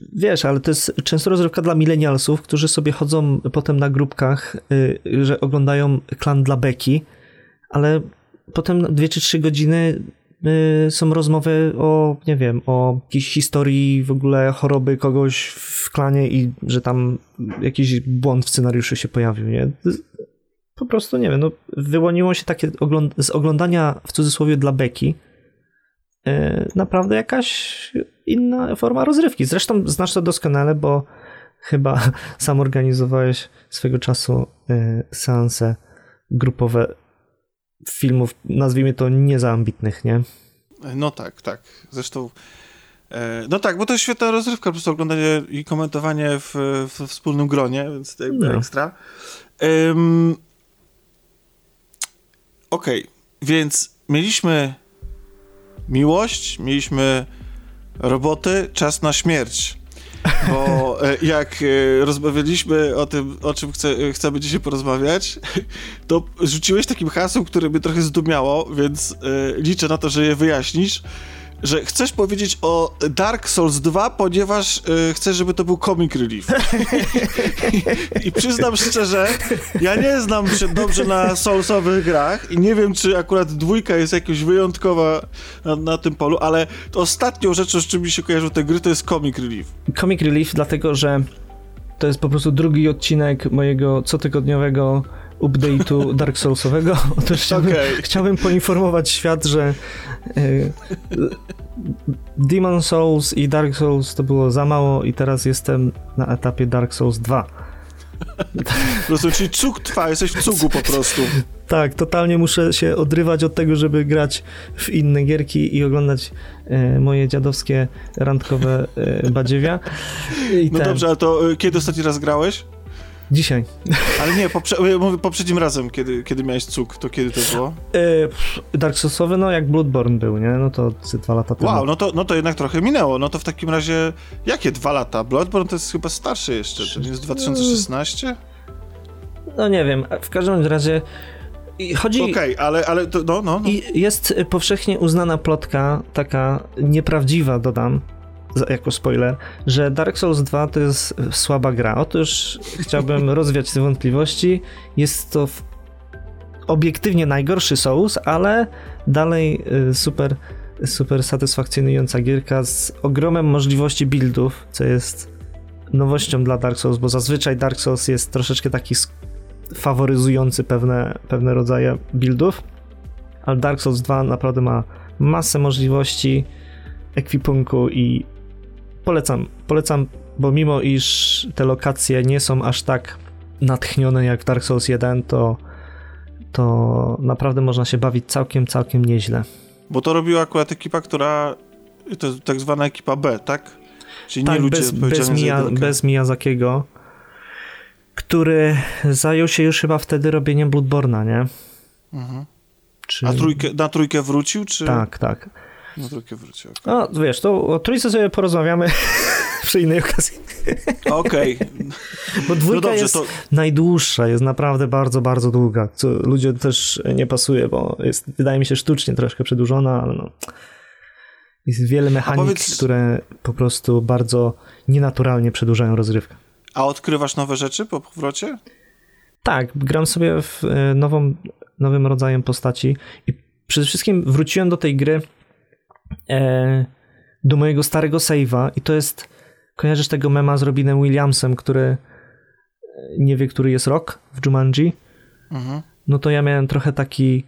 wiesz, ale to jest często rozrywka dla milenialsów, którzy sobie chodzą potem na grupkach, że oglądają Klan dla Beki, ale potem 2 czy 3 godziny są rozmowy o, nie wiem, o jakiejś historii w ogóle choroby kogoś w klanie i że tam jakiś błąd w scenariuszu się pojawił, nie? Po prostu, nie wiem, no wyłoniło się takie z oglądania w cudzysłowie dla Beki naprawdę jakaś inna forma rozrywki. Zresztą znasz to doskonale, bo chyba sam organizowałeś swego czasu seanse grupowe filmów, nazwijmy to nie za ambitnych, nie?
No tak. Zresztą no tak, bo to jest świetna rozrywka, po prostu oglądanie i komentowanie w wspólnym gronie, więc to jakby ekstra. Okej, więc mieliśmy miłość, mieliśmy roboty, czas na śmierć. Bo jak rozmawialiśmy o tym, o czym chcemy dzisiaj porozmawiać, to rzuciłeś takim hasłem, które mnie trochę zdumiało, więc liczę na to, że je wyjaśnisz, że chcesz powiedzieć o Dark Souls 2, ponieważ chcesz, żeby to był comic relief. I przyznam szczerze, ja nie znam się dobrze na soulsowych grach i nie wiem, czy akurat 2 jest jakoś wyjątkowa na tym polu, ale ostatnią rzeczą, z czym mi się kojarzą te gry, to jest comic relief.
Comic relief, dlatego że to jest po prostu drugi odcinek mojego cotygodniowego update'u Dark Soulsowego. Otóż chciałbym poinformować świat, że Demon Souls i Dark Souls to było za mało i teraz jestem na etapie Dark Souls 2.
Po prostu, czyli cuk trwa, jesteś w cugu po prostu.
Tak, totalnie muszę się odrywać od tego, żeby grać w inne gierki i oglądać moje dziadowskie randkowe badziewia.
No dobrze, ale to kiedy ostatni raz grałeś?
Dzisiaj.
Ale nie, poprzednim razem, kiedy miałeś cuk, to kiedy to było?
Dark Soulsowy, no jak Bloodborne był, nie? No to 2 lata temu.
Wow, no to jednak trochę minęło. No to w takim razie, jakie 2 lata? Bloodborne to jest chyba starszy jeszcze, to nie jest 2016?
No nie wiem, w każdym razie chodzi...
Okej, ale to, no.
I jest powszechnie uznana plotka, taka nieprawdziwa, dodam, jako spoiler, że Dark Souls 2 to jest słaba gra. Otóż chciałbym rozwiać te wątpliwości. Jest to obiektywnie najgorszy Souls, ale dalej super satysfakcjonująca gierka z ogromem możliwości buildów, co jest nowością dla Dark Souls, bo zazwyczaj Dark Souls jest troszeczkę taki faworyzujący pewne rodzaje buildów, ale Dark Souls 2 naprawdę ma masę możliwości ekwipunku i polecam, bo mimo iż te lokacje nie są aż tak natchnione jak w Dark Souls 1, to naprawdę można się bawić całkiem nieźle.
Bo to robiła akurat ekipa, która to jest tak zwana ekipa B, tak? Czyli tak, nie ludzie
bez Miyazakiego, który zajął się już chyba wtedy robieniem Bloodborne'a, nie?
Mhm. A na 3 wrócił, czy?
Tak.
Na 3 wrócił. Okay.
No, wiesz, to o 3 sobie porozmawiamy przy innej okazji.
Okej.
Bo 2 jest najdłuższa, jest naprawdę bardzo, bardzo długa, co ludziom też nie pasuje, bo jest, wydaje mi się, sztucznie troszkę przedłużona, ale no. Jest wiele mechanik, które po prostu bardzo nienaturalnie przedłużają rozgrywkę.
A odkrywasz nowe rzeczy po powrocie?
Tak, gram sobie w nowym rodzajem postaci i przede wszystkim wróciłem do tej gry do mojego starego save'a i to jest, kojarzysz tego mema z Robinem Williamsem, który nie wie, który jest rok w Jumanji? Mhm. No to ja miałem trochę taki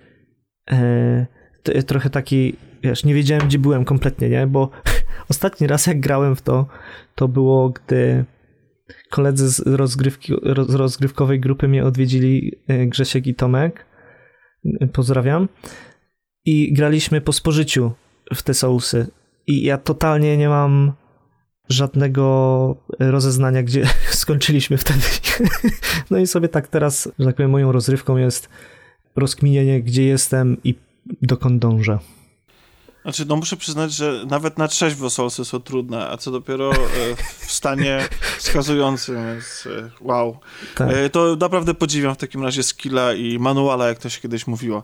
wiesz, nie wiedziałem, gdzie byłem kompletnie, nie? Bo ostatni raz jak grałem w to było, gdy koledzy z rozgrywkowej grupy mnie odwiedzili, Grzesiek i Tomek, pozdrawiam, i graliśmy po spożyciu w te Soulsy i ja totalnie nie mam żadnego rozeznania, gdzie skończyliśmy wtedy. No i sobie tak teraz, że tak powiem, moją rozrywką jest rozkminienie, gdzie jestem i dokąd dążę.
Znaczy, no muszę przyznać, że nawet na trzeźwo Soulsy są trudne, a co dopiero w stanie skazującym, więc wow. Tak. To naprawdę podziwiam w takim razie skilla i manuala, jak to się kiedyś mówiło.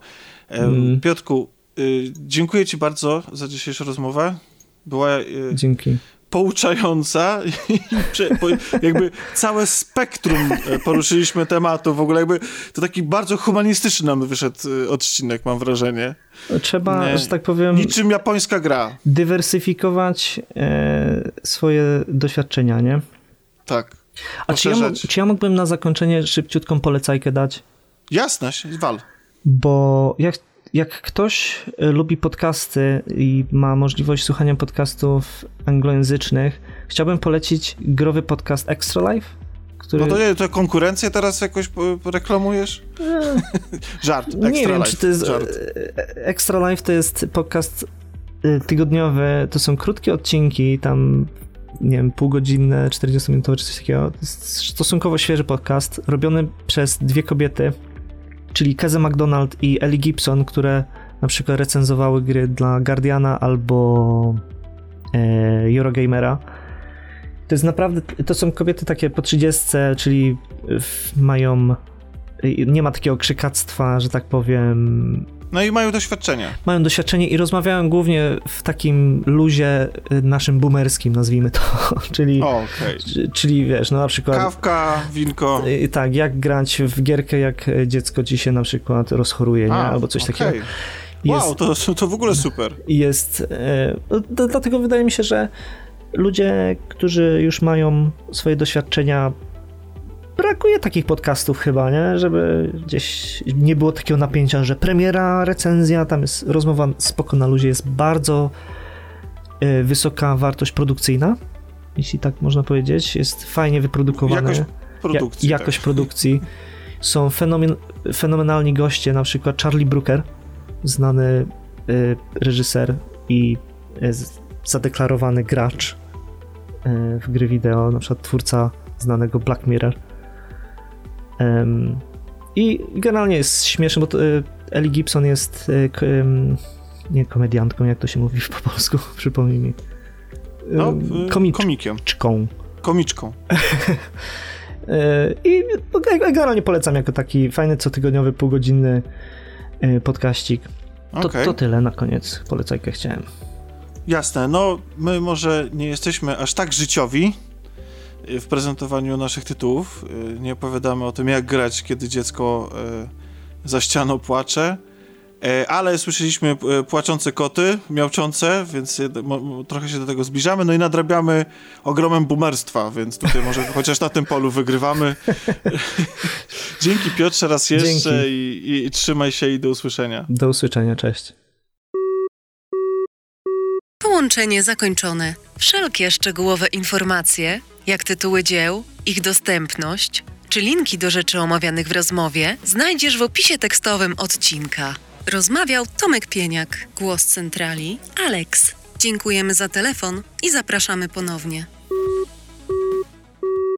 Piotrku, dziękuję ci bardzo za dzisiejszą rozmowę.
Dzięki.
pouczająca i jakby całe spektrum poruszyliśmy tematu. W ogóle jakby to taki bardzo humanistyczny nam wyszedł odcinek, mam wrażenie.
Trzeba, że tak powiem...
Niczym japońska gra.
Dywersyfikować swoje doświadczenia, nie?
Tak.
A czy ja mógłbym na zakończenie szybciutką polecajkę dać?
Jasne, wal.
Bo jak ktoś lubi podcasty i ma możliwość słuchania podcastów anglojęzycznych, chciałbym polecić growy podcast Extra Life, który...
No to konkurencję teraz jakoś reklamujesz? Żart. Extra
Nie wiem,
Life.
Czy to jest...
Żart.
Extra Life to jest podcast tygodniowy, to są krótkie odcinki, tam nie wiem, półgodzinne, 40-minutowe czy coś takiego. To jest stosunkowo świeży podcast, robiony przez dwie kobiety, czyli Kezę McDonald i Ellie Gibson, które na przykład recenzowały gry dla Guardiana albo Eurogamera. To jest naprawdę, to są kobiety takie po 30, czyli mają, nie ma takiego krzykactwa, że tak powiem.
No i mają doświadczenie. Mają
doświadczenie i rozmawiają głównie w takim luzie naszym boomerskim, nazwijmy to. Czyli wiesz, no na przykład...
Kawka, winko.
Tak, jak grać w gierkę, jak dziecko ci się na przykład rozchoruje, nie? Albo coś takiego.
Wow, to w ogóle super.
Jest... Dlatego wydaje mi się, że ludzie, którzy już mają swoje doświadczenia, brakuje takich podcastów chyba, nie? Żeby gdzieś nie było takiego napięcia, że premiera, recenzja, tam jest rozmowa spoko na luzie, jest bardzo wysoka wartość produkcyjna, jeśli tak można powiedzieć, jest fajnie wyprodukowane. Jakość produkcji. Są fenomenalni goście, na przykład Charlie Brooker, znany reżyser i zadeklarowany gracz w gry wideo, na przykład twórca znanego Black Mirror. I generalnie jest śmieszny, bo Ellie Gibson jest nie komediantką, jak to się mówi po polsku, przypomnij mi.
Komikiem. Komiczką.
I generalnie polecam jako taki fajny, cotygodniowy, półgodzinny podcaścik. To tyle na koniec. Polecajkę chciałem.
Jasne, no my może nie jesteśmy aż tak życiowi w prezentowaniu naszych tytułów. Nie opowiadamy o tym, jak grać, kiedy dziecko za ścianą płacze, ale słyszeliśmy płaczące koty, miauczące, więc trochę się do tego zbliżamy, no i nadrabiamy ogromem boomerstwa, więc tutaj może chociaż na tym polu wygrywamy. Dzięki Piotrze raz jeszcze i trzymaj się i do usłyszenia.
Do usłyszenia, cześć.
Połączenie zakończone. Wszelkie szczegółowe informacje, jak tytuły dzieł, ich dostępność, czy linki do rzeczy omawianych w rozmowie, znajdziesz w opisie tekstowym odcinka. Rozmawiał Tomek Pieniak, głos centrali Alex. Dziękujemy za telefon i zapraszamy ponownie.